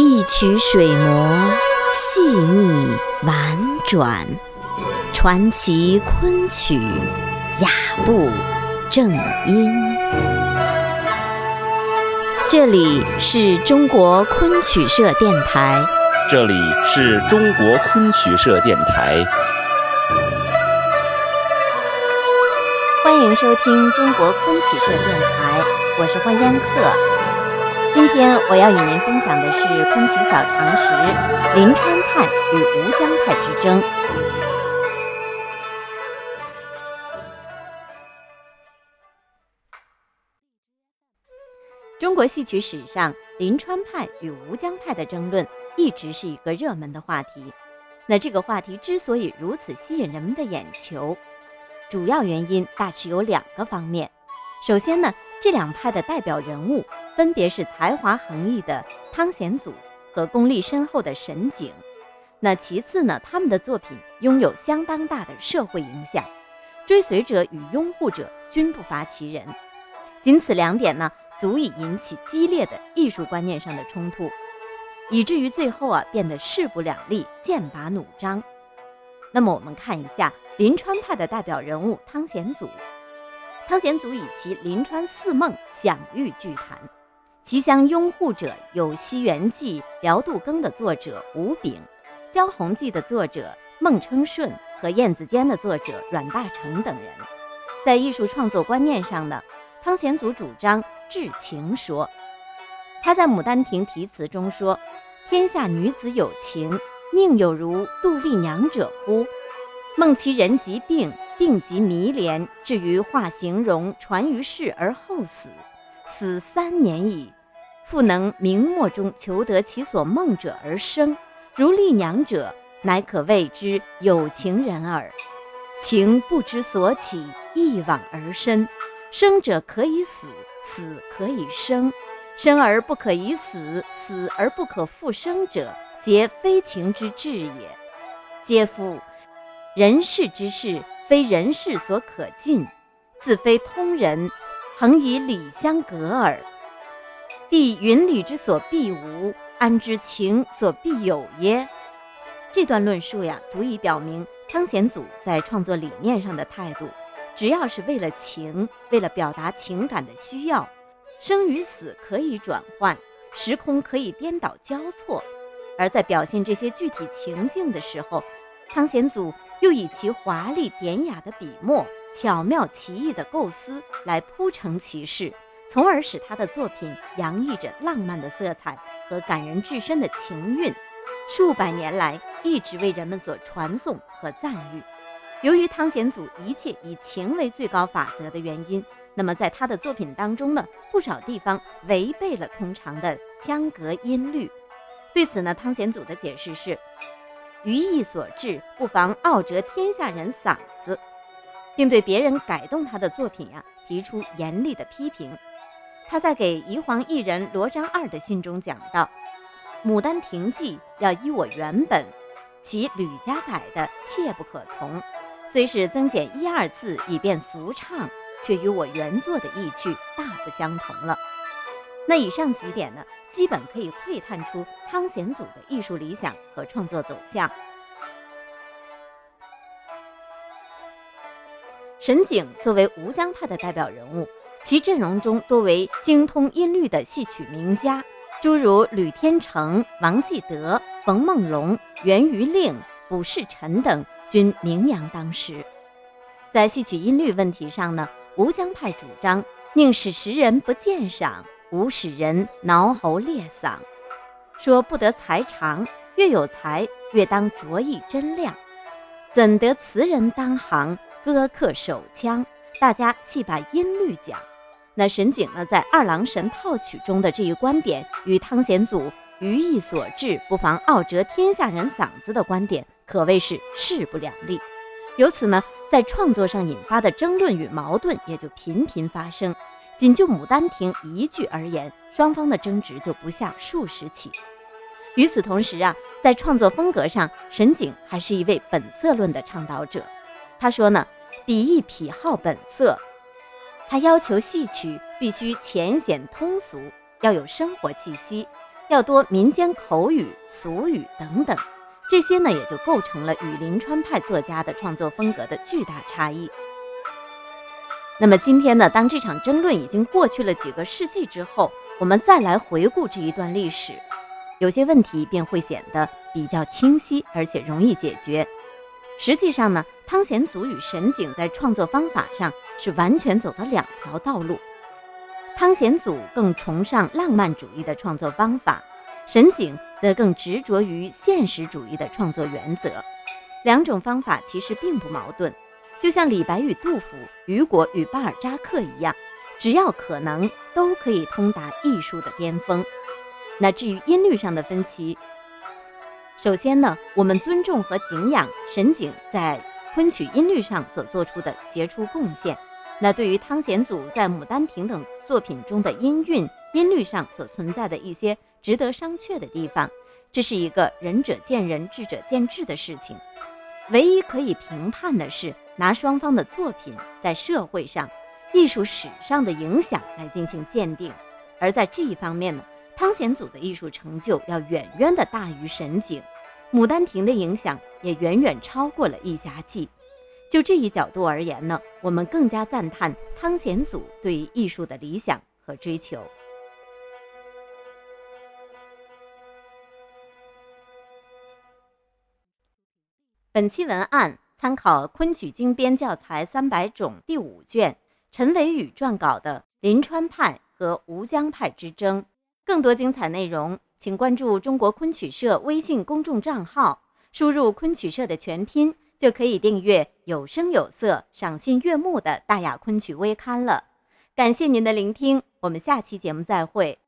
一曲水磨，细腻婉转，传奇昆曲，雅步正音。这里是中国昆曲社电台， 这里是中国昆曲社电台。 欢迎收听中国昆曲社电台，我是欢烟客。今天我要与您分享的是昆曲小常识：临川派与吴江派之争。中国戏曲史上，临川派与吴江派的争论一直是一个热门的话题。那这个话题之所以如此吸引人们的眼球，主要原因大致有2个方面。首先呢，这2派的代表人物分别是才华横溢的汤显祖和功力深厚的沈景。那其次呢，他们的作品拥有相当大的社会影响，追随者与拥护者均不乏其人。仅此2点呢，足以引起激烈的艺术观念上的冲突，以至于最后变得势不两立，剑拔弩张。那么我们看一下临川派的代表人物汤显祖。汤显祖以其《临川四梦》享誉剧坛，其乡拥护者有《西园记》辽杜庚的作者吴炳，《焦弘记》的作者孟称顺和《燕子间》的作者阮大铖等人。在艺术创作观念上呢，汤显祖主张至情说。他在《牡丹亭》题词中说：“天下女子有情，宁有如杜丽娘者乎？梦其人疾病，病疾迷怜，至于化形容，传于世而后死。死3年矣，复能明末中求得其所梦者而生。如丽娘者，乃可谓之有情人耳。情不知所起，一往而深。生者可以死，死可以生。生而不可以死，死而不可复生者，皆非情之至也。嗟夫！人世之事，非人世所可尽，自非通人，恒以理相隔耳。地云里之所必无，安知情所必有耶？”这段论述足以表明汤显祖在创作理念上的态度。只要是为了情，为了表达情感的需要，生与死可以转换，时空可以颠倒交错。而在表现这些具体情境的时候，汤显祖又以其华丽典雅的笔墨，巧妙奇异的构思来铺陈其事，从而使他的作品洋溢着浪漫的色彩和感人至深的情韵，数百年来一直为人们所传颂和赞誉。由于汤显祖一切以情为最高法则的原因，那么在他的作品当中呢，不少地方违背了通常的腔格音律。对此呢，汤显祖的解释是：于意所至，不妨傲折天下人嗓子，并对别人改动他的作品提出严厉的批评。他在给岐黄艺人罗章二的信中讲到：“牡丹亭记要依我原本，其屡加改的切不可从，虽是增减1、2字以便俗唱，却与我原作的意趣大不相同了。”那以上几点呢，基本可以窥探出汤显祖的艺术理想和创作走向。沈景作为吴江派的代表人物，其阵容中多为精通音律的戏曲名家，诸如吕天成、王继德、冯梦龙、袁余令、卜世臣等均名扬当时。在戏曲音律问题上呢，吴江派主张宁使时人不鉴赏，无使人挠喉裂嗓，说不得才长，越有才越当着意真亮，怎得词人当行，歌客手腔，大家细把音律讲。那沈景呢，在《二郎神套曲》中的这一观点，与汤显祖于意所至，不妨傲折天下人嗓子的观点，可谓是势不两立。由此呢，在创作上引发的争论与矛盾也就频频发生。仅就《牡丹亭》一句而言，双方的争执就不下数十起。与此同时在创作风格上，沈景还是一位本色论的倡导者。他说呢，笔意癖好本色，他要求戏曲必须浅显通俗，要有生活气息， 要多民间口语、俗语等等，这些呢也就构成了与临川派作家的创作风格的巨大差异。那么今天呢，当这场争论已经过去了几个世纪之后，我们再来回顾这一段历史，有些问题便会显得比较清晰，而且容易解决。实际上呢，汤显祖与沈景在创作方法上是完全走的两条道路。汤显祖更崇尚浪漫主义的创作方法，沈景则更执着于现实主义的创作原则。两种方法其实并不矛盾，就像李白与杜甫、雨果与巴尔扎克一样，只要可能，都可以通达艺术的巅峰。那至于音律上的分歧，首先呢，我们尊重和敬仰沈景在昆曲音律上所做出的杰出贡献。那对于汤显祖在《牡丹亭》等作品中的音韵、音律上所存在的一些值得商榷的地方，这是一个仁者见仁、智者见智的事情。唯一可以评判的是，拿双方的作品在社会上、艺术史上的影响来进行鉴定。而在这一方面呢，汤显祖的艺术成就要远远的大于沈景，《牡丹亭》的影响也远远超过了《义侠记》。就这一角度而言呢，我们更加赞叹汤显祖对于艺术的理想和追求。本期文案参考《昆曲精编教材300种》第5卷陈维宇撰稿的《临川派和吴江派之争》。更多精彩内容，请关注中国昆曲社微信公众账号，输入昆曲社的全拼，就可以订阅有声有色、赏心悦目的大雅昆曲微刊了。感谢您的聆听，我们下期节目再会。